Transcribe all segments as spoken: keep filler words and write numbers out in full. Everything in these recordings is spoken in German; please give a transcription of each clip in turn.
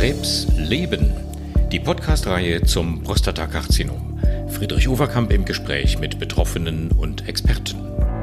Krebs leben. Die Podcast-Reihe zum Prostatakarzinom. Friedrich Overkamp im Gespräch mit Betroffenen und Experten.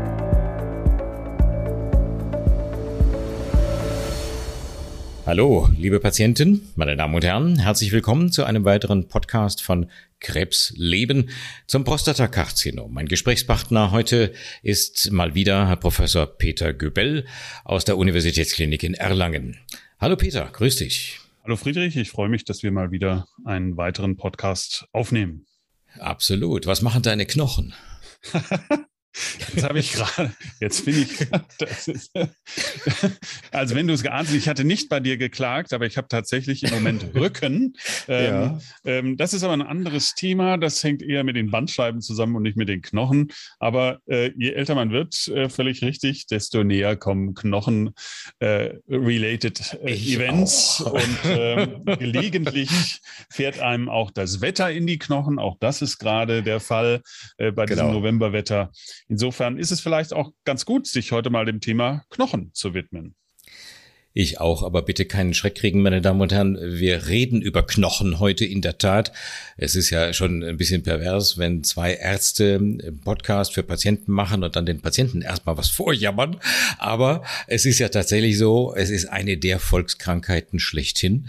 Hallo, liebe Patienten, meine Damen und Herren, herzlich willkommen zu einem weiteren Podcast von Krebs leben zum Prostatakarzinom. Mein Gesprächspartner heute ist mal wieder Herr Professor Peter Göbel aus der Universitätsklinik in Erlangen. Hallo Peter, grüß dich. Hallo Friedrich, ich freue mich, dass wir mal wieder einen weiteren Podcast aufnehmen. Absolut. Was machen deine Knochen? Jetzt habe ich gerade, jetzt bin ich, das ist, also wenn du es geahnt hast, ich hatte nicht bei dir geklagt, aber ich habe tatsächlich im Moment Rücken. Ähm, ja. ähm, das ist aber ein anderes Thema, das hängt eher mit den Bandscheiben zusammen und nicht mit den Knochen. Aber äh, je älter man wird, äh, völlig richtig, desto näher kommen Knochen-related äh, äh, Events. Auch. Und ähm, gelegentlich fährt einem auch das Wetter in die Knochen. Auch das ist gerade der Fall äh, bei Genau. diesem Novemberwetter. Insofern ist es vielleicht auch ganz gut, sich heute mal dem Thema Knochen zu widmen. Ich auch, aber bitte keinen Schreck kriegen, meine Damen und Herren. Wir reden über Knochen heute in der Tat. Es ist ja schon ein bisschen pervers, wenn zwei Ärzte einen Podcast für Patienten machen und dann den Patienten erstmal was vorjammern. Aber es ist ja tatsächlich so, es ist eine der Volkskrankheiten schlechthin.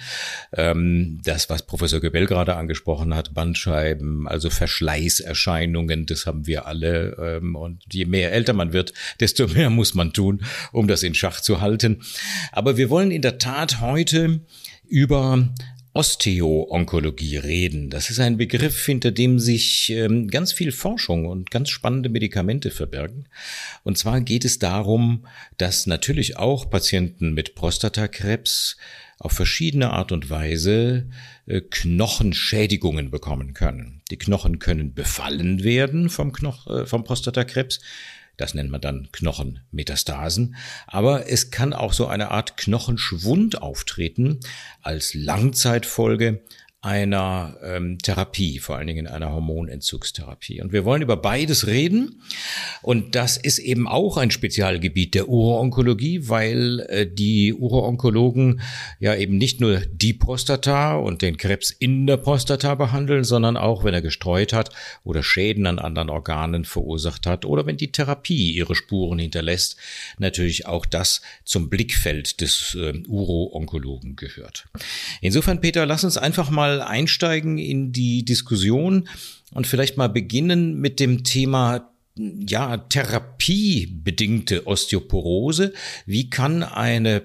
Das, was Professor Göbel gerade angesprochen hat, Bandscheiben, also Verschleißerscheinungen, das haben wir alle. Und je mehr älter man wird, desto mehr muss man tun, um das in Schach zu halten. Aber wir wollen in der Tat heute über Osteo-Onkologie reden. Das ist ein Begriff, hinter dem sich ähm, ganz viel Forschung und ganz spannende Medikamente verbergen. Und zwar geht es darum, dass natürlich auch Patienten mit Prostatakrebs auf verschiedene Art und Weise äh, Knochenschädigungen bekommen können. Die Knochen können befallen werden vom, Knoch- äh, vom Prostatakrebs. Das nennt man dann Knochenmetastasen. Aber es kann auch so eine Art Knochenschwund auftreten als Langzeitfolge einer ähm, Therapie, vor allen Dingen einer Hormonentzugstherapie. Und wir wollen über beides reden. Und das ist eben auch ein Spezialgebiet der Uro-Onkologie, weil äh, die Uro-Onkologen ja eben nicht nur die Prostata und den Krebs in der Prostata behandeln, sondern auch, wenn er gestreut hat oder Schäden an anderen Organen verursacht hat oder wenn die Therapie ihre Spuren hinterlässt, natürlich auch das zum Blickfeld des äh, Uro-Onkologen gehört. Insofern, Peter, lass uns einfach mal einsteigen in die Diskussion und vielleicht mal beginnen mit dem Thema ja, therapiebedingte Osteoporose. Wie kann eine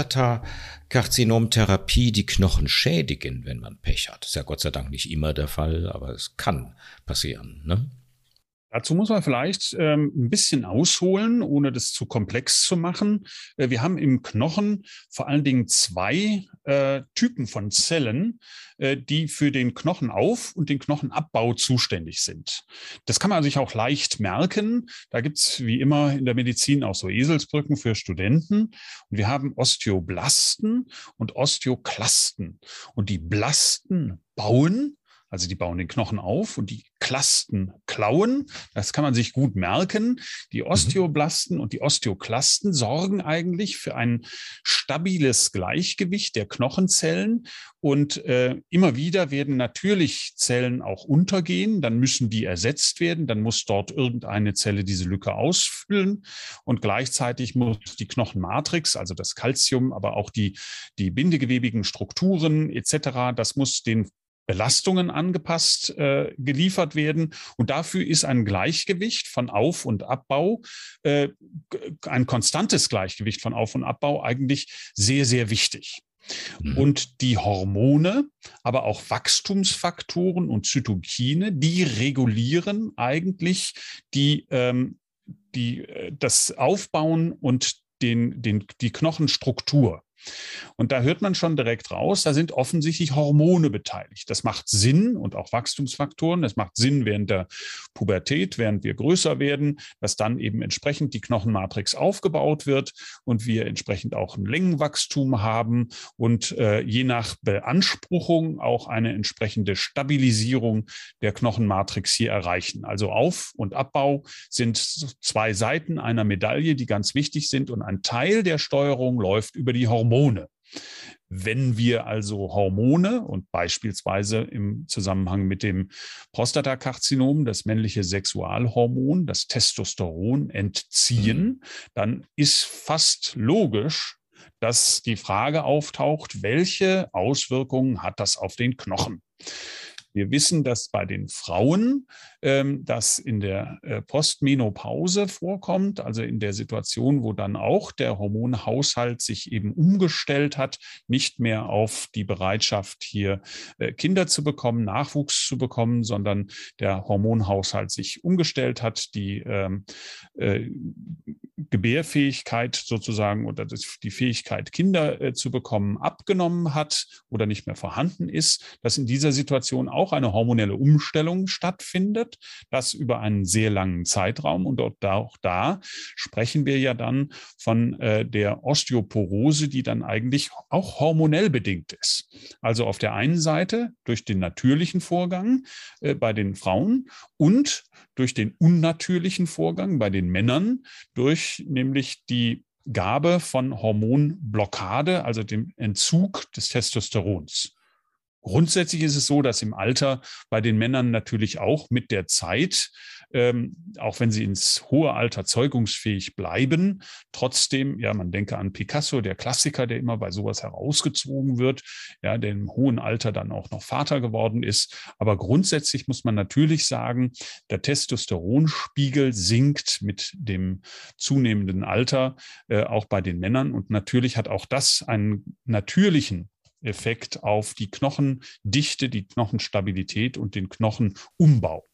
Prostatakarzinomtherapie die Knochen schädigen, wenn man Pech hat? Das ist ja Gott sei Dank nicht immer der Fall, aber es kann passieren, ne? Dazu muss man vielleicht ähm, ein bisschen ausholen, ohne das zu komplex zu machen. Äh, wir haben im Knochen vor allen Dingen zwei äh, Typen von Zellen, äh, die für den Knochenauf- und den Knochenabbau zuständig sind. Das kann man sich auch leicht merken. Da gibt's wie immer in der Medizin auch so Eselsbrücken für Studenten. Und wir haben Osteoblasten und Osteoklasten. Und die Blasten bauen, also die bauen den Knochen auf, und die Klasten klauen. Das kann man sich gut merken. Die Osteoblasten und die Osteoklasten sorgen eigentlich für ein stabiles Gleichgewicht der Knochenzellen. Und äh, immer wieder werden natürlich Zellen auch untergehen. Dann müssen die ersetzt werden. Dann muss dort irgendeine Zelle diese Lücke ausfüllen. Und gleichzeitig muss die Knochenmatrix, also das Calcium, aber auch die, die bindegewebigen Strukturen et cetera, das muss den Belastungen angepasst äh, geliefert werden. Und dafür ist ein Gleichgewicht von Auf- und Abbau, äh, ein konstantes Gleichgewicht von Auf- und Abbau eigentlich sehr, sehr wichtig. Mhm. Und die Hormone, aber auch Wachstumsfaktoren und Zytokine, die regulieren eigentlich die, ähm, die, das Aufbauen und den, den, die Knochenstruktur. Und da hört man schon direkt raus, da sind offensichtlich Hormone beteiligt. Das macht Sinn und auch Wachstumsfaktoren. Das macht Sinn während der Pubertät, während wir größer werden, dass dann eben entsprechend die Knochenmatrix aufgebaut wird und wir entsprechend auch ein Längenwachstum haben und äh, je nach Beanspruchung auch eine entsprechende Stabilisierung der Knochenmatrix hier erreichen. Also Auf- und Abbau sind zwei Seiten einer Medaille, die ganz wichtig sind, und ein Teil der Steuerung läuft über die Hormone. Wenn wir also Hormone und beispielsweise im Zusammenhang mit dem Prostatakarzinom das männliche Sexualhormon, das Testosteron, entziehen, mhm. dann ist fast logisch, dass die Frage auftaucht, welche Auswirkungen hat das auf den Knochen? Wir wissen, dass bei den Frauen ähm, das in der äh, Postmenopause vorkommt, also in der Situation, wo dann auch der Hormonhaushalt sich eben umgestellt hat, nicht mehr auf die Bereitschaft, hier äh, Kinder zu bekommen, Nachwuchs zu bekommen, sondern der Hormonhaushalt sich umgestellt hat, die ähm, äh, Gebärfähigkeit sozusagen oder das, die Fähigkeit, Kinder äh, zu bekommen, abgenommen hat oder nicht mehr vorhanden ist, dass in dieser Situation auch eine hormonelle Umstellung stattfindet, das über einen sehr langen Zeitraum. Und auch da, auch da sprechen wir ja dann von äh, der Osteoporose, die dann eigentlich auch hormonell bedingt ist. Also auf der einen Seite durch den natürlichen Vorgang äh, bei den Frauen und durch den unnatürlichen Vorgang bei den Männern, durch nämlich die Gabe von Hormonblockade, also dem Entzug des Testosterons. Grundsätzlich ist es so, dass im Alter bei den Männern natürlich auch mit der Zeit, ähm, auch wenn sie ins hohe Alter zeugungsfähig bleiben, trotzdem, ja, man denke an Picasso, der Klassiker, der immer bei sowas herausgezogen wird, ja, der im hohen Alter dann auch noch Vater geworden ist. Aber grundsätzlich muss man natürlich sagen, der Testosteronspiegel sinkt mit dem zunehmenden Alter, äh, auch bei den Männern. Und natürlich hat auch das einen natürlichen Effekt auf die Knochendichte, die Knochenstabilität und den Knochenumbau.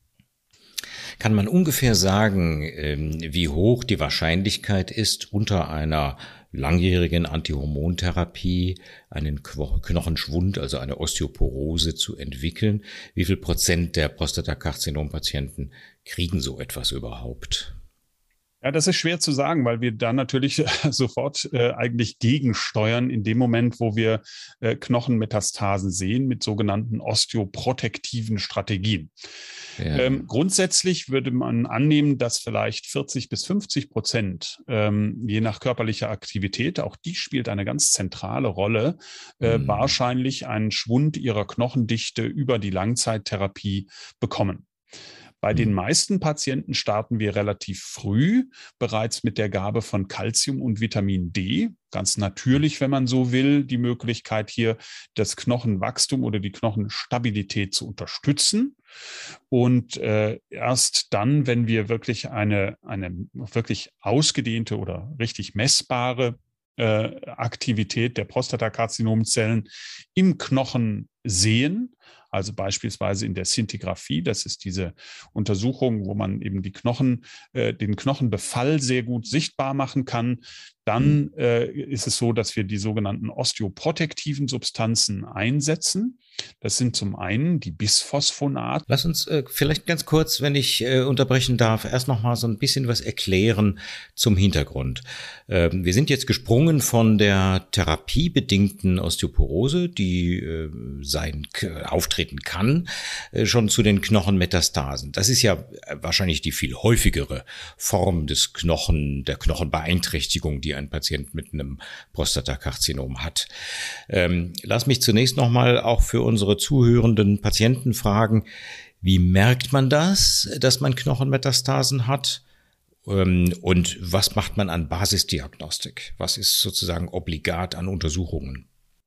Kann man ungefähr sagen, wie hoch die Wahrscheinlichkeit ist, unter einer langjährigen Antihormontherapie einen Knochenschwund, also eine Osteoporose zu entwickeln? Wie viel Prozent der Prostatakarzinom-Patienten kriegen so etwas überhaupt? Ja, das ist schwer zu sagen, weil wir da natürlich sofort äh, eigentlich gegensteuern in dem Moment, wo wir äh, Knochenmetastasen sehen mit sogenannten osteoprotektiven Strategien. Ja. Ähm, grundsätzlich würde man annehmen, dass vielleicht vierzig bis fünfzig Prozent, ähm, je nach körperlicher Aktivität, auch die spielt eine ganz zentrale Rolle, äh, mhm. wahrscheinlich einen Schwund ihrer Knochendichte über die Langzeittherapie bekommen. Bei den meisten Patienten starten wir relativ früh bereits mit der Gabe von Calcium und Vitamin D. Ganz natürlich, wenn man so will, die Möglichkeit hier das Knochenwachstum oder die Knochenstabilität zu unterstützen. Und äh, erst dann, wenn wir wirklich eine, eine wirklich ausgedehnte oder richtig messbare äh, Aktivität der Prostatakarzinomzellen im Knochen sehen, also beispielsweise in der Szintigraphie, das ist diese Untersuchung, wo man eben die Knochen, äh, den Knochenbefall sehr gut sichtbar machen kann. Dann äh, ist es so, dass wir die sogenannten osteoprotektiven Substanzen einsetzen. Das sind zum einen die Bisphosphonate. Lass uns äh, vielleicht ganz kurz, wenn ich äh, unterbrechen darf, erst noch mal so ein bisschen was erklären zum Hintergrund. Äh, wir sind jetzt gesprungen von der therapiebedingten Osteoporose, die äh, sein äh, auftreten kann, äh, schon zu den Knochenmetastasen. Das ist ja wahrscheinlich die viel häufigere Form des Knochen, der Knochenbeeinträchtigung, die ein Patient mit einem Prostatakarzinom hat. Ähm, lass mich zunächst noch mal auch für unsere zuhörenden Patienten fragen, wie merkt man das, dass man Knochenmetastasen hat? Ähm, und was macht man an Basisdiagnostik? Was ist sozusagen obligat an Untersuchungen?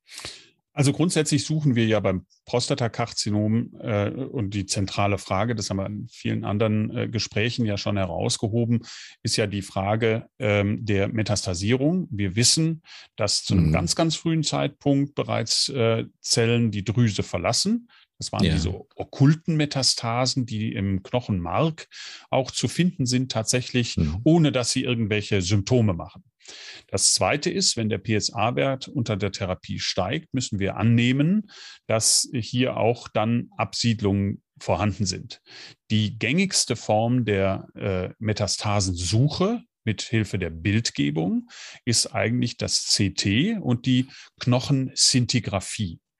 Also grundsätzlich suchen wir ja beim Prostatakarzinom äh, und die zentrale Frage, das haben wir in vielen anderen äh, Gesprächen ja schon herausgehoben, ist ja die Frage ähm, der Metastasierung. Wir wissen, dass zu einem mhm. ganz, ganz frühen Zeitpunkt bereits äh, Zellen die Drüse verlassen. Das waren ja. diese okkulten Metastasen, die im Knochenmark auch zu finden sind, tatsächlich, mhm. ohne dass sie irgendwelche Symptome machen. Das Zweite ist, wenn der P S A-Wert unter der Therapie steigt, müssen wir annehmen, dass hier auch dann Absiedlungen vorhanden sind. Die gängigste Form der äh, Metastasensuche mit Hilfe der Bildgebung ist eigentlich das C T und die Knochenszintigraphie.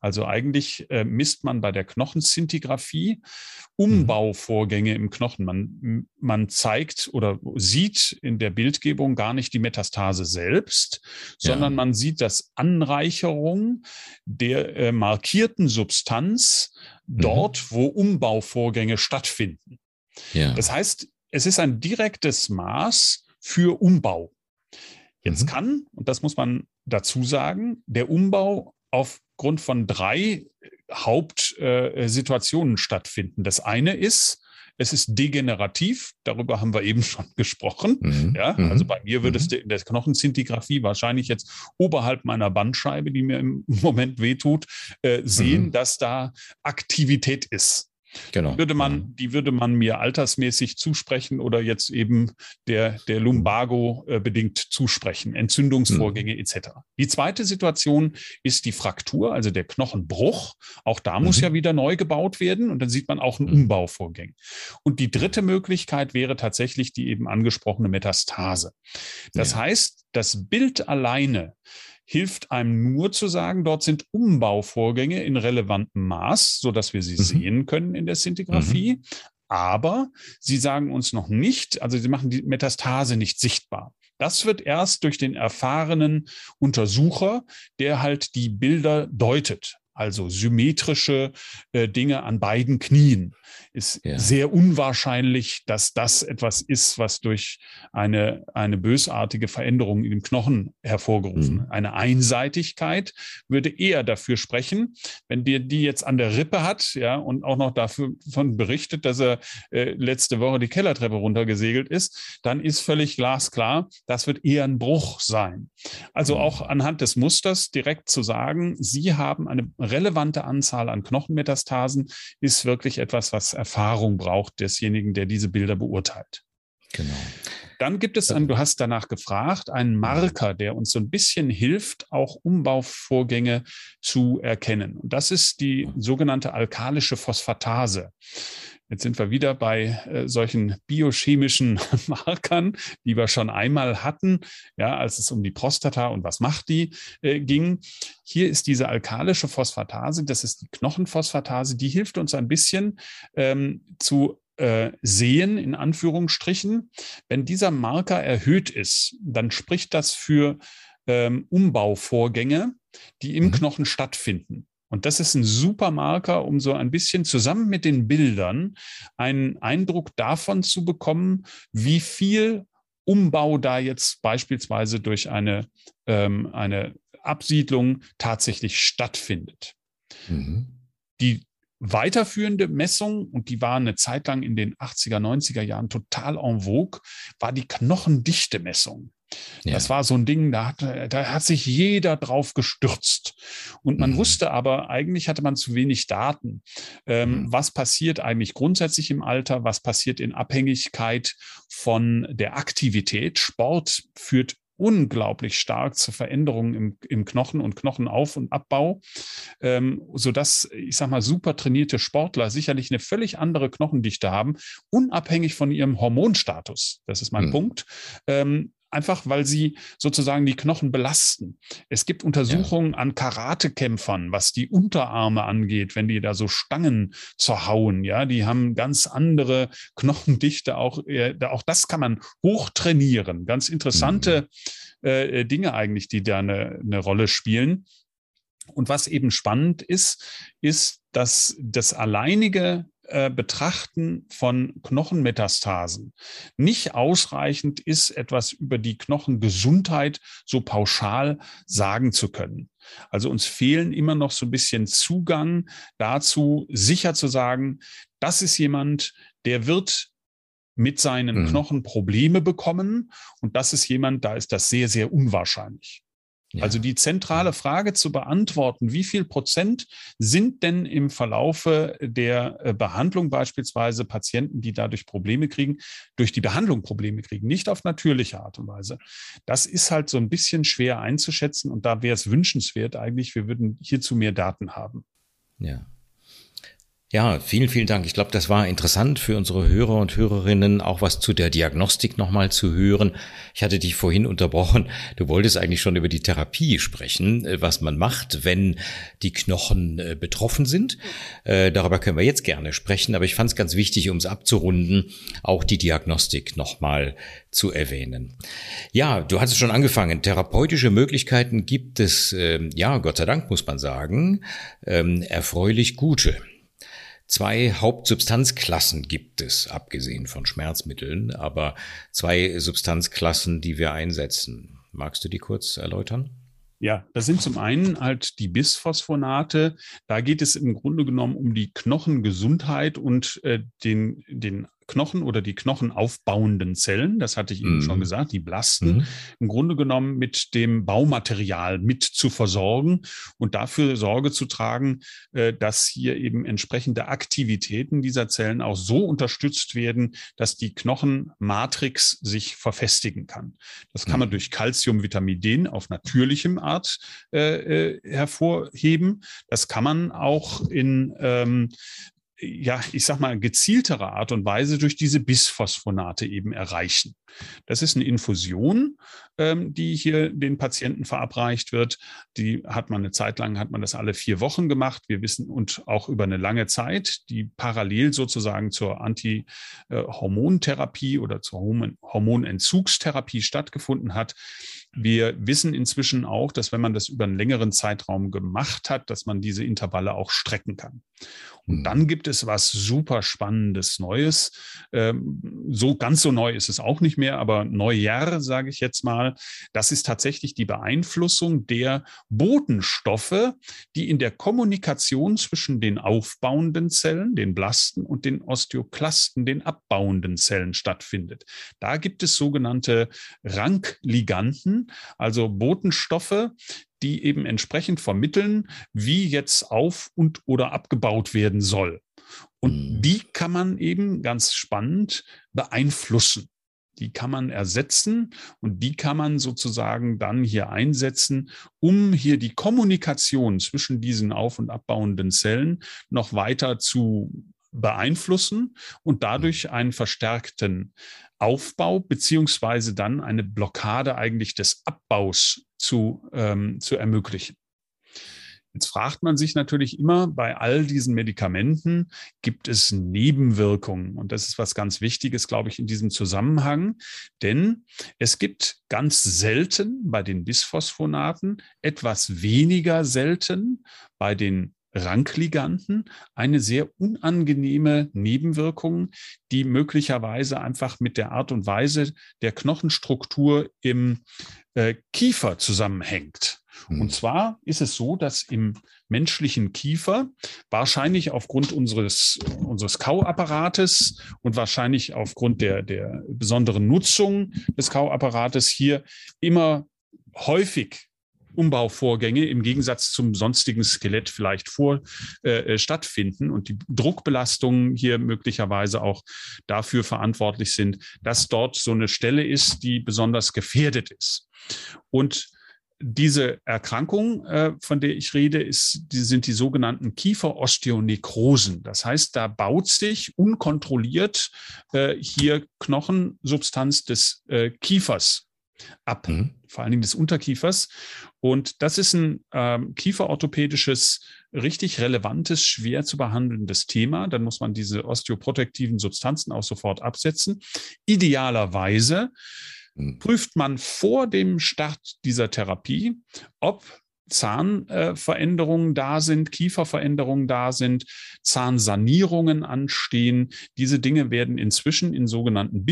Also eigentlich äh, misst man bei der Knochenzintigraphie Umbauvorgänge im Knochen. Man, man zeigt oder sieht in der Bildgebung gar nicht die Metastase selbst, sondern Ja. man sieht das Anreicherung der äh, markierten Substanz dort, Mhm. wo Umbauvorgänge stattfinden. Ja. Das heißt, es ist ein direktes Maß für Umbau. Jetzt Mhm. kann, und das muss man dazu sagen, der Umbau aufgrund von drei Hauptsituationen äh, stattfinden. Das eine ist, es ist degenerativ, darüber haben wir eben schon gesprochen. Mhm. Ja, Mhm. also bei mir würdest Mhm. du in der Knochenzintigraphie wahrscheinlich jetzt oberhalb meiner Bandscheibe, die mir im Moment wehtut, äh, sehen, Mhm. dass da Aktivität ist. Genau. Würde man, Ja. die würde man mir altersmäßig zusprechen oder jetzt eben der, der Lumbago äh, bedingt zusprechen, Entzündungsvorgänge Mhm. et cetera. Die zweite Situation ist die Fraktur, also der Knochenbruch. Auch da muss ja Mhm. wieder neu gebaut werden und dann sieht man auch einen Mhm. Umbauvorgang. Und die dritte Möglichkeit wäre tatsächlich die eben angesprochene Metastase. Das Ja. heißt, das Bild alleine hilft einem nur zu sagen, dort sind Umbauvorgänge in relevantem Maß, sodass wir sie Mhm. sehen können in der Szintigraphie. Mhm. Aber sie sagen uns noch nicht, also sie machen die Metastase nicht sichtbar. Das wird erst durch den erfahrenen Untersucher, der halt die Bilder deutet. Also symmetrische äh, Dinge an beiden Knien. Ist Ja. sehr unwahrscheinlich, dass das etwas ist, was durch eine, eine bösartige Veränderung in dem Knochen hervorgerufen wird. Mhm. Eine Einseitigkeit würde eher dafür sprechen, wenn dir die jetzt an der Rippe hat, ja, und auch noch davon berichtet, dass er äh, letzte Woche die Kellertreppe runtergesegelt ist, dann ist völlig glasklar, das wird eher ein Bruch sein. Also auch anhand des Musters direkt zu sagen, Sie haben eine relevante Anzahl an Knochenmetastasen, ist wirklich etwas, was Erfahrung braucht desjenigen, der diese Bilder beurteilt. Genau. Dann gibt es einen, du hast danach gefragt, einen Marker, der uns so ein bisschen hilft, auch Umbauvorgänge zu erkennen. Und das ist die sogenannte alkalische Phosphatase. Jetzt sind wir wieder bei äh, solchen biochemischen Markern, die wir schon einmal hatten, ja, als es um die Prostata und was macht die äh, ging. Hier ist diese alkalische Phosphatase, das ist die Knochenphosphatase, die hilft uns ein bisschen ähm, zu äh, sehen, in Anführungsstrichen. Wenn dieser Marker erhöht ist, dann spricht das für ähm, Umbauvorgänge, die im Mhm. Knochen stattfinden. Und das ist ein super Marker, um so ein bisschen zusammen mit den Bildern einen Eindruck davon zu bekommen, wie viel Umbau da jetzt beispielsweise durch eine, ähm, eine Absiedlung tatsächlich stattfindet. Mhm. Die weiterführende Messung, und die war eine Zeit lang in den achtziger, neunziger Jahren total en vogue, war die Knochendichte-Messung. Ja. Das war so ein Ding, da hat, da hat sich jeder drauf gestürzt. Und man Mhm. wusste aber, eigentlich hatte man zu wenig Daten. Ähm, Mhm. was passiert eigentlich grundsätzlich im Alter? Was passiert in Abhängigkeit von der Aktivität? Sport führt unglaublich stark zu Veränderungen im, im Knochen und Knochenauf- und Abbau, ähm, sodass, ich sag mal, super trainierte Sportler sicherlich eine völlig andere Knochendichte haben, unabhängig von ihrem Hormonstatus. Das ist mein Mhm. Punkt. Ähm, Einfach weil sie sozusagen die Knochen belasten. Es gibt Untersuchungen ja. an Karatekämpfern, was die Unterarme angeht, wenn die da so Stangen zerhauen. Ja, die haben ganz andere Knochendichte. Auch, äh, auch das kann man hochtrainieren. Ganz interessante mhm. äh, Dinge eigentlich, die da eine, eine Rolle spielen. Und was eben spannend ist, ist, dass das alleinige Betrachten von Knochenmetastasen nicht ausreichend ist, etwas über die Knochengesundheit so pauschal sagen zu können. Also uns fehlen immer noch so ein bisschen Zugang dazu, sicher zu sagen, das ist jemand, der wird mit seinen mhm. Knochen Probleme bekommen, und das ist jemand, da ist das sehr, sehr unwahrscheinlich. Ja. Also die zentrale Frage zu beantworten, wie viel Prozent sind denn im Verlaufe der Behandlung beispielsweise Patienten, die dadurch Probleme kriegen, durch die Behandlung Probleme kriegen, nicht auf natürliche Art und Weise. Das ist halt so ein bisschen schwer einzuschätzen, und da wäre es wünschenswert eigentlich, wir würden hierzu mehr Daten haben. Ja. Ja, vielen, vielen Dank. Ich glaube, das war interessant für unsere Hörer und Hörerinnen, auch was zu der Diagnostik nochmal zu hören. Ich hatte dich vorhin unterbrochen. Du wolltest eigentlich schon über die Therapie sprechen, was man macht, wenn die Knochen betroffen sind. Darüber können wir jetzt gerne sprechen, aber ich fand es ganz wichtig, um es abzurunden, auch die Diagnostik nochmal zu erwähnen. Ja, du hast es schon angefangen. Therapeutische Möglichkeiten gibt es, ja, Gott sei Dank muss man sagen, erfreulich gute. Zwei Hauptsubstanzklassen gibt es, abgesehen von Schmerzmitteln, aber zwei Substanzklassen, die wir einsetzen. Magst du die kurz erläutern? Ja, das sind zum einen halt die Bisphosphonate. Da geht es im Grunde genommen um die Knochengesundheit und äh, den, den Knochen oder die knochenaufbauenden Zellen, das hatte ich eben mm. schon gesagt, die Blasten, mm. im Grunde genommen mit dem Baumaterial mit zu versorgen und dafür Sorge zu tragen, äh, dass hier eben entsprechende Aktivitäten dieser Zellen auch so unterstützt werden, dass die Knochenmatrix sich verfestigen kann. Das kann mm. man durch Calcium, Vitamin D auf natürlichem Art äh, äh, hervorheben. Das kann man auch in ähm, ja, ich sag mal, gezieltere Art und Weise durch diese Bisphosphonate eben erreichen. Das ist eine Infusion, ähm, die hier den Patienten verabreicht wird. Die hat man eine Zeit lang, hat man das alle vier Wochen gemacht. Wir wissen und auch über eine lange Zeit, die parallel sozusagen zur Anti-Hormontherapie oder zur Hormonentzugstherapie stattgefunden hat. Wir wissen inzwischen auch, dass wenn man das über einen längeren Zeitraum gemacht hat, dass man diese Intervalle auch strecken kann. Und dann gibt es was super Spannendes Neues. Ähm, so ganz so neu ist es auch nicht mehr, aber neuer, sage ich jetzt mal. Das ist tatsächlich die Beeinflussung der Botenstoffe, die in der Kommunikation zwischen den aufbauenden Zellen, den Blasten, und den Osteoklasten, den abbauenden Zellen stattfindet. Da gibt es sogenannte Rankliganden, also Botenstoffe, die eben entsprechend vermitteln, wie jetzt auf- und oder abgebaut werden soll. Und die kann man eben ganz spannend beeinflussen. Die kann man ersetzen und die kann man sozusagen dann hier einsetzen, um hier die Kommunikation zwischen diesen auf- und abbauenden Zellen noch weiter zu beeinflussen und dadurch einen verstärkten Aufbau beziehungsweise dann eine Blockade eigentlich des Abbaus zu, ähm, zu ermöglichen. Jetzt fragt man sich natürlich immer, bei all diesen Medikamenten gibt es Nebenwirkungen. Und das ist was ganz Wichtiges, glaube ich, in diesem Zusammenhang. Denn es gibt ganz selten bei den Bisphosphonaten, etwas weniger selten bei den Rankliganden eine sehr unangenehme Nebenwirkung, die möglicherweise einfach mit der Art und Weise der Knochenstruktur im äh, Kiefer zusammenhängt. Mhm. Und zwar ist es so, dass im menschlichen Kiefer wahrscheinlich aufgrund unseres, unseres Kauapparates und wahrscheinlich aufgrund der, der besonderen Nutzung des Kauapparates hier immer häufig Umbauvorgänge im Gegensatz zum sonstigen Skelett vielleicht vor äh, stattfinden und die Druckbelastungen hier möglicherweise auch dafür verantwortlich sind, dass dort so eine Stelle ist, die besonders gefährdet ist. Und diese Erkrankung, äh, von der ich rede, ist, die sind die sogenannten Kieferosteonekrosen. Das heißt, da baut sich unkontrolliert äh, hier Knochensubstanz des äh, Kiefers ab, mhm. vor allen Dingen des Unterkiefers. Und das ist ein ähm, kieferorthopädisches, richtig relevantes, schwer zu behandelndes Thema. Dann muss man diese osteoprotektiven Substanzen auch sofort absetzen. Idealerweise mhm. prüft man vor dem Start dieser Therapie, ob Zahnveränderungen da sind, Kieferveränderungen da sind, Zahnsanierungen anstehen. Diese Dinge werden inzwischen in sogenannten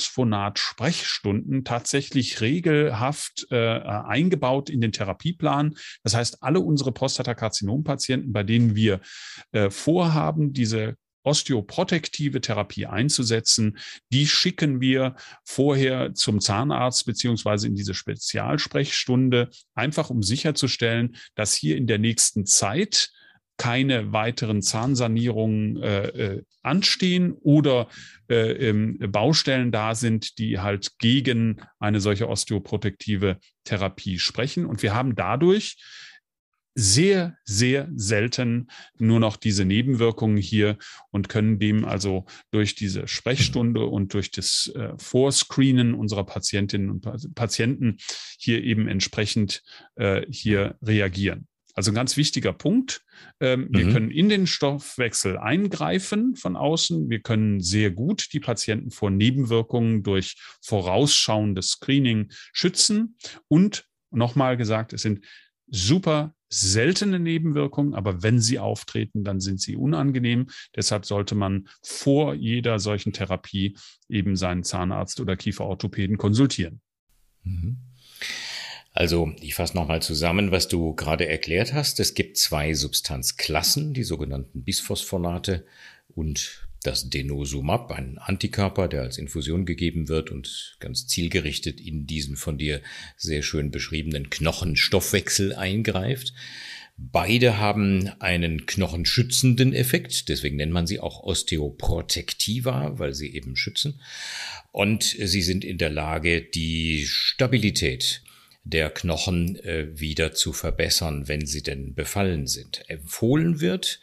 Bisphosphonat-Sprechstunden tatsächlich regelhaft äh, eingebaut in den Therapieplan. Das heißt, alle unsere Prostatakarzinom-Patienten, bei denen wir äh, vorhaben, diese osteoprotektive Therapie einzusetzen, die schicken wir vorher zum Zahnarzt beziehungsweise in diese Spezialsprechstunde, einfach um sicherzustellen, dass hier in der nächsten Zeit keine weiteren Zahnsanierungen äh, anstehen oder äh, ähm, Baustellen da sind, die halt gegen eine solche osteoprotektive Therapie sprechen. Und wir haben dadurch sehr, sehr selten nur noch diese Nebenwirkungen hier und können dem also durch diese Sprechstunde und durch das äh, Vorscreenen unserer Patientinnen und Patienten hier eben entsprechend äh, hier reagieren. Also ein ganz wichtiger Punkt. Ähm, wir mhm. können in den Stoffwechsel eingreifen von außen. Wir können sehr gut die Patienten vor Nebenwirkungen durch vorausschauendes Screening schützen. Und nochmal gesagt, es sind super seltene Nebenwirkungen, aber wenn sie auftreten, dann sind sie unangenehm. Deshalb sollte man vor jeder solchen Therapie eben seinen Zahnarzt oder Kieferorthopäden konsultieren. Also ich fasse nochmal zusammen, was du gerade erklärt hast. Es gibt zwei Substanzklassen, die sogenannten Bisphosphonate und das Denosumab, ein Antikörper, der als Infusion gegeben wird und ganz zielgerichtet in diesen von dir sehr schön beschriebenen Knochenstoffwechsel eingreift. Beide haben einen knochenschützenden Effekt, deswegen nennt man sie auch Osteoprotektiva, weil sie eben schützen. Und sie sind in der Lage, die Stabilität der Knochen äh, wieder zu verbessern, wenn sie denn befallen sind. Empfohlen wird,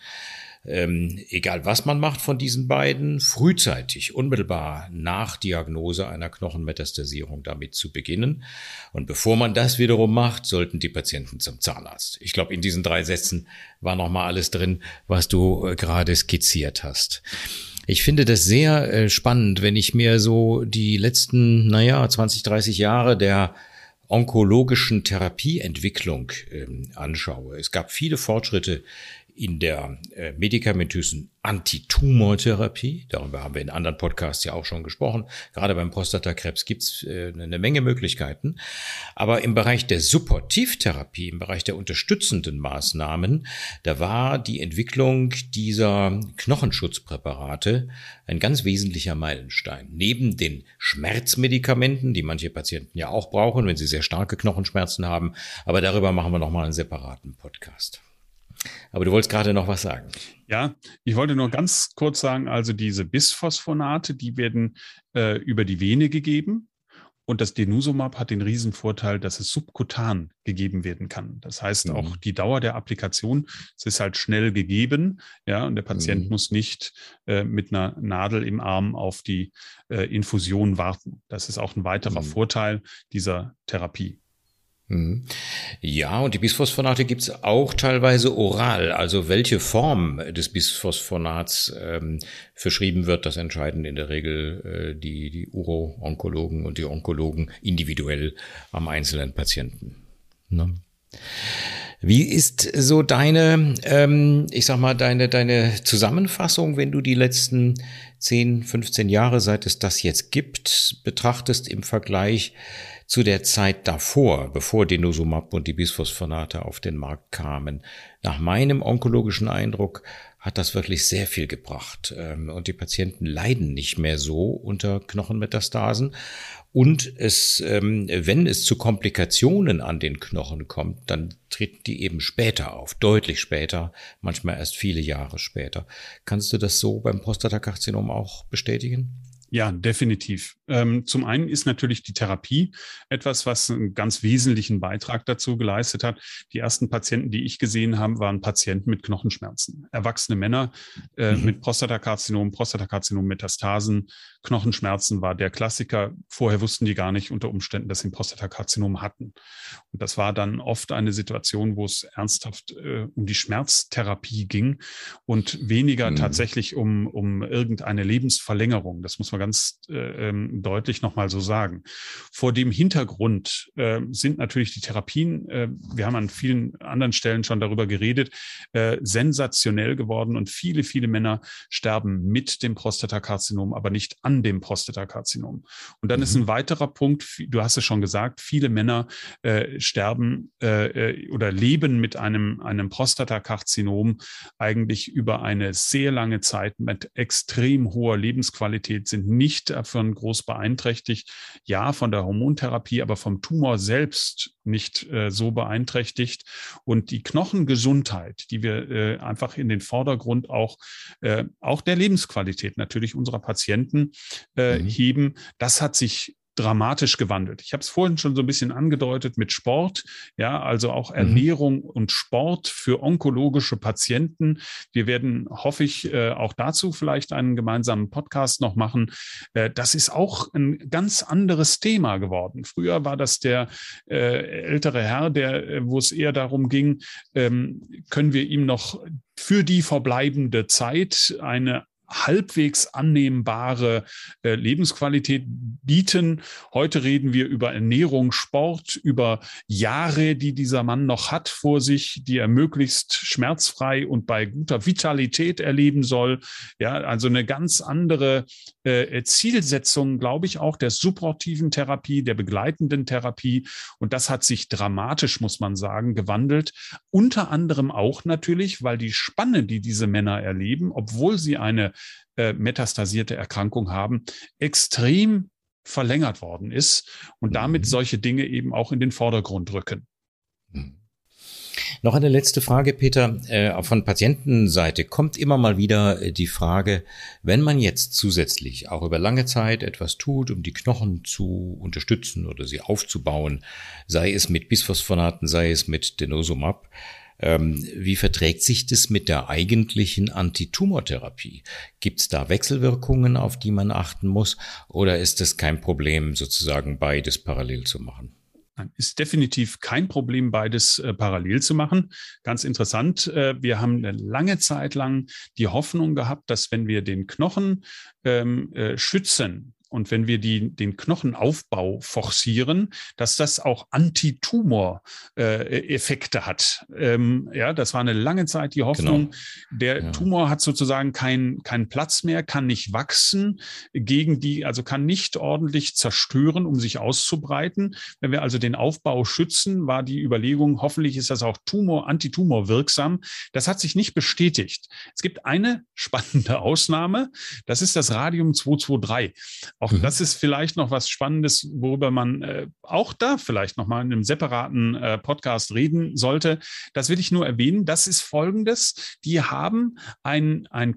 Ähm, egal was man macht von diesen beiden, frühzeitig, unmittelbar nach Diagnose einer Knochenmetastasierung damit zu beginnen. Und bevor man das wiederum macht, sollten die Patienten zum Zahnarzt. Ich glaube, in diesen drei Sätzen war nochmal alles drin, was du äh, gerade skizziert hast. Ich finde das sehr äh, spannend, wenn ich mir so die letzten, naja, zwanzig, dreißig Jahre der onkologischen Therapieentwicklung äh, anschaue. Es gab viele Fortschritte in der äh, medikamentösen Antitumortherapie. Darüber haben wir in anderen Podcasts ja auch schon gesprochen. Gerade beim Prostatakrebs gibt's äh, eine Menge Möglichkeiten. Aber im Bereich der Supportivtherapie, im Bereich der unterstützenden Maßnahmen, da war die Entwicklung dieser Knochenschutzpräparate ein ganz wesentlicher Meilenstein. Neben den Schmerzmedikamenten, die manche Patienten ja auch brauchen, wenn sie sehr starke Knochenschmerzen haben. Aber darüber machen wir nochmal einen separaten Podcast. Aber du wolltest gerade noch was sagen. Ja, ich wollte nur ganz kurz sagen, also diese Bisphosphonate, die werden äh, über die Vene gegeben. Und das Denosumab hat den riesen Vorteil, dass es subkutan gegeben werden kann. Das heißt, mhm. auch die Dauer der Applikation, es ist halt schnell gegeben, ja, und der Patient mhm. muss nicht äh, mit einer Nadel im Arm auf die äh, Infusion warten. Das ist auch ein weiterer mhm. Vorteil dieser Therapie. Ja, und die Bisphosphonate gibt's auch teilweise oral. Also welche Form des Bisphosphonats ähm, verschrieben wird, das entscheiden in der Regel äh, die, die Uro-Onkologen und die Onkologen individuell am einzelnen Patienten. Ne? Wie ist so deine, ähm, ich sag mal, deine, deine Zusammenfassung, wenn du die letzten zehn, fünfzehn Jahre, seit es das jetzt gibt, betrachtest im Vergleich zu der Zeit davor, bevor Denosumab und die Bisphosphonate auf den Markt kamen? Nach meinem onkologischen Eindruck hat das wirklich sehr viel gebracht. Und die Patienten leiden nicht mehr so unter Knochenmetastasen. Und es, wenn es zu Komplikationen an den Knochen kommt, dann treten die eben später auf, deutlich später, manchmal erst viele Jahre später. Kannst du das so beim Prostatakarzinom auch bestätigen? Ja, definitiv. Ähm, zum einen ist natürlich die Therapie etwas, was einen ganz wesentlichen Beitrag dazu geleistet hat. Die ersten Patienten, die ich gesehen habe, waren Patienten mit Knochenschmerzen. Erwachsene Männer äh, mhm. mit Prostatakarzinom, Prostatakarzinom-Metastasen. Knochenschmerzen war der Klassiker. Vorher wussten die gar nicht unter Umständen, dass sie ein Prostatakarzinom hatten. Und das war dann oft eine Situation, wo es ernsthaft äh, um die Schmerztherapie ging und weniger mhm. tatsächlich um, um irgendeine Lebensverlängerung. Das muss man ganz äh, deutlich nochmal so sagen. Vor dem Hintergrund äh, sind natürlich die Therapien, äh, wir haben an vielen anderen Stellen schon darüber geredet, äh, sensationell geworden und viele, viele Männer sterben mit dem Prostatakarzinom, aber nicht an dem Prostatakarzinom. Und dann mhm. ist ein weiterer Punkt, du hast es schon gesagt, viele Männer äh, sterben äh, oder leben mit einem, einem Prostatakarzinom eigentlich über eine sehr lange Zeit mit extrem hoher Lebensqualität, sind nicht davon groß beeinträchtigt. Ja, von der Hormontherapie, aber vom Tumor selbst nicht äh, so beeinträchtigt. Und die Knochengesundheit, die wir äh, einfach in den Vordergrund auch, äh, auch der Lebensqualität natürlich unserer Patienten äh, mhm. heben, das hat sich dramatisch gewandelt. Ich habe es vorhin schon so ein bisschen angedeutet mit Sport, ja, also auch Ernährung mhm. und Sport für onkologische Patienten. Wir werden, hoffe ich, äh, auch dazu vielleicht einen gemeinsamen Podcast noch machen. Äh, das ist auch ein ganz anderes Thema geworden. Früher war das der äh, ältere Herr, der, wo es eher darum ging, ähm, können wir ihm noch für die verbleibende Zeit eine halbwegs annehmbare äh, Lebensqualität bieten. Heute reden wir über Ernährung, Sport, über Jahre, die dieser Mann noch hat vor sich, die er möglichst schmerzfrei und bei guter Vitalität erleben soll. Ja, also eine ganz andere äh, Zielsetzung, glaube ich, auch der supportiven Therapie, der begleitenden Therapie. Und das hat sich dramatisch, muss man sagen, gewandelt. Unter anderem auch natürlich, weil die Spanne, die diese Männer erleben, obwohl sie eine äh, metastasierte Erkrankung haben, extrem verlängert worden ist und damit solche Dinge eben auch in den Vordergrund rücken. Noch eine letzte Frage, Peter. Äh, von Patientenseite kommt immer mal wieder die Frage, wenn man jetzt zusätzlich auch über lange Zeit etwas tut, um die Knochen zu unterstützen oder sie aufzubauen, sei es mit Bisphosphonaten, sei es mit Denosumab, ähm, wie verträgt sich das mit der eigentlichen Antitumortherapie? Gibt es da Wechselwirkungen, auf die man achten muss, oder ist es kein Problem, sozusagen beides parallel zu machen? Ist definitiv kein Problem, beides äh, parallel zu machen. Ganz interessant, äh, wir haben eine lange Zeit lang die Hoffnung gehabt, dass wenn wir den Knochen ähm, äh, schützen und wenn wir die, den Knochenaufbau forcieren, dass das auch Antitumor-Effekte äh, hat. Ähm, ja, das war eine lange Zeit die Hoffnung. Genau. Der ja. Tumor hat sozusagen keinen keinen Platz mehr, kann nicht wachsen gegen die, also kann nicht ordentlich zerstören, um sich auszubreiten. Wenn wir also den Aufbau schützen, war die Überlegung, hoffentlich ist das auch Tumor, Antitumor wirksam. Das hat sich nicht bestätigt. Es gibt eine spannende Ausnahme, das ist das Radium zweihundertdreiundzwanzig. Auch mhm. das ist vielleicht noch was Spannendes, worüber man äh, auch da vielleicht noch mal in einem separaten äh, Podcast reden sollte. Das will ich nur erwähnen. Das ist Folgendes. Die haben ein, ein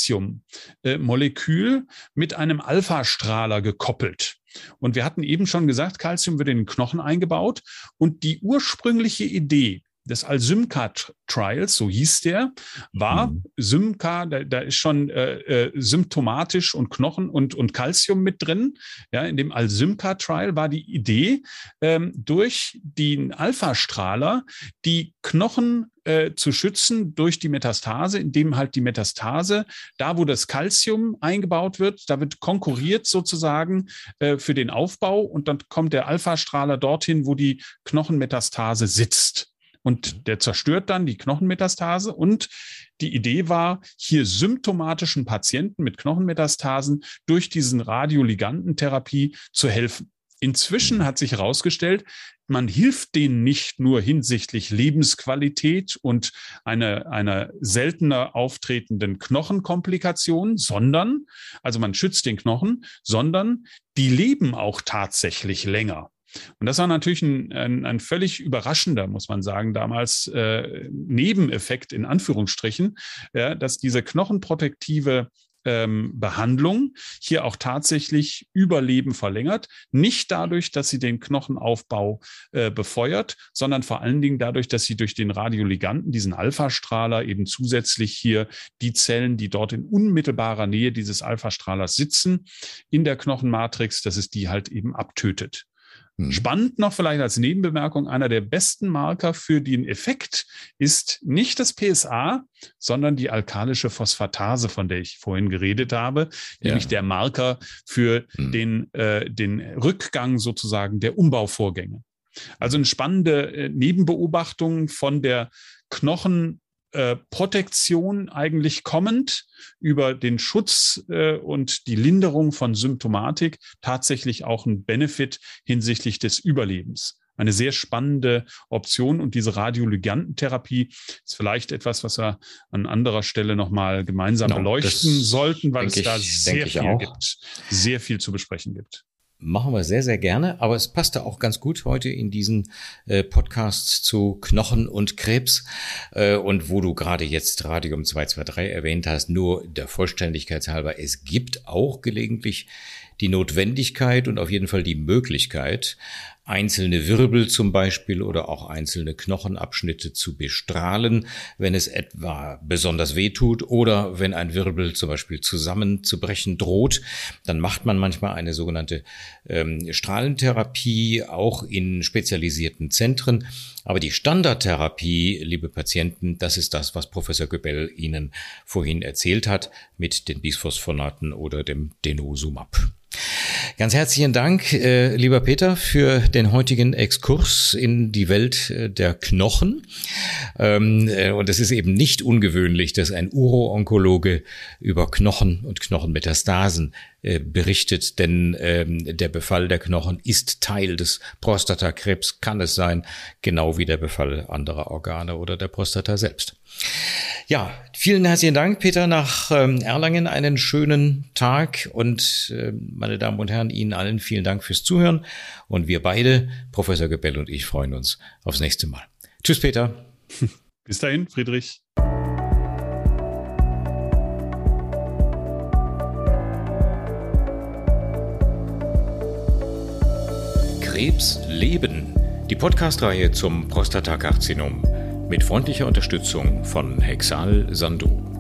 Calcium-Molekül mit einem Alpha-Strahler gekoppelt. Und wir hatten eben schon gesagt, Calcium wird in den Knochen eingebaut. Und die ursprüngliche Idee des Alsymca-Trials, so hieß der, war mhm. Symca, da, da ist schon äh, äh, symptomatisch und Knochen und, und Calcium mit drin. Ja, in dem Alsymca-Trial war die Idee, ähm, durch den Alpha-Strahler die Knochen äh, zu schützen durch die Metastase, indem halt die Metastase, da wo das Calcium eingebaut wird, da wird konkurriert sozusagen äh, für den Aufbau und dann kommt der Alpha-Strahler dorthin, wo die Knochenmetastase sitzt. Und der zerstört dann die Knochenmetastase. Und die Idee war, hier symptomatischen Patienten mit Knochenmetastasen durch diesen Radioligandentherapie zu helfen. Inzwischen hat sich herausgestellt, man hilft denen nicht nur hinsichtlich Lebensqualität und einer, einer seltener auftretenden Knochenkomplikation, sondern, also man schützt den Knochen, sondern die leben auch tatsächlich länger. Und das war natürlich ein, ein, ein völlig überraschender, muss man sagen, damals äh, Nebeneffekt in Anführungsstrichen, ja, dass diese knochenprotektive ähm, Behandlung hier auch tatsächlich Überleben verlängert. Nicht dadurch, dass sie den Knochenaufbau äh, befeuert, sondern vor allen Dingen dadurch, dass sie durch den Radioliganten, diesen Alpha-Strahler, eben zusätzlich hier die Zellen, die dort in unmittelbarer Nähe dieses Alpha-Strahlers sitzen, in der Knochenmatrix, dass es die halt eben abtötet. Spannend noch vielleicht als Nebenbemerkung, einer der besten Marker für den Effekt ist nicht das P S A, sondern die alkalische Phosphatase, von der ich vorhin geredet habe, ja. nämlich der Marker für mhm. den, äh, den Rückgang sozusagen der Umbauvorgänge. Also eine spannende äh, Nebenbeobachtung von der Knochen Protektion eigentlich kommend über den Schutz äh, und die Linderung von Symptomatik tatsächlich auch ein Benefit hinsichtlich des Überlebens. Eine sehr spannende Option und diese Radioligandentherapie ist vielleicht etwas, was wir an anderer Stelle nochmal gemeinsam no, beleuchten sollten, weil es ich, da sehr viel auch. gibt, sehr viel zu besprechen gibt. Machen wir sehr, sehr gerne, aber es passte auch ganz gut heute in diesen äh, Podcast zu Knochen und Krebs äh, und wo du gerade jetzt Radium zweihundertdreiundzwanzig erwähnt hast, nur der Vollständigkeit halber, es gibt auch gelegentlich die Notwendigkeit und auf jeden Fall die Möglichkeit, einzelne Wirbel zum Beispiel oder auch einzelne Knochenabschnitte zu bestrahlen, wenn es etwa besonders weh tut oder wenn ein Wirbel zum Beispiel zusammenzubrechen droht. Dann macht man manchmal eine sogenannte ähm, Strahlentherapie, auch in spezialisierten Zentren. Aber die Standardtherapie, liebe Patienten, das ist das, was Professor Göbel Ihnen vorhin erzählt hat mit den Bisphosphonaten oder dem Denosumab. Ganz herzlichen Dank, äh, lieber Peter, für den heutigen Exkurs in die Welt äh, der Knochen. Ähm, äh, und es ist eben nicht ungewöhnlich, dass ein Uro-Onkologe über Knochen und Knochenmetastasen äh, berichtet, denn ähm, der Befall der Knochen ist Teil des Prostatakrebs, kann es sein, genau wie der Befall anderer Organe oder der Prostata selbst. Ja, vielen herzlichen Dank, Peter, nach ähm, Erlangen. Einen schönen Tag und äh, meine Damen und Herren, Ihnen allen vielen Dank fürs Zuhören. Und wir beide, Professor Göbel und ich, freuen uns aufs nächste Mal. Tschüss, Peter. Bis dahin, Friedrich. Krebs leben. Die Podcast-Reihe zum Prostatakarzinom. Mit freundlicher Unterstützung von Hexal Sandoz.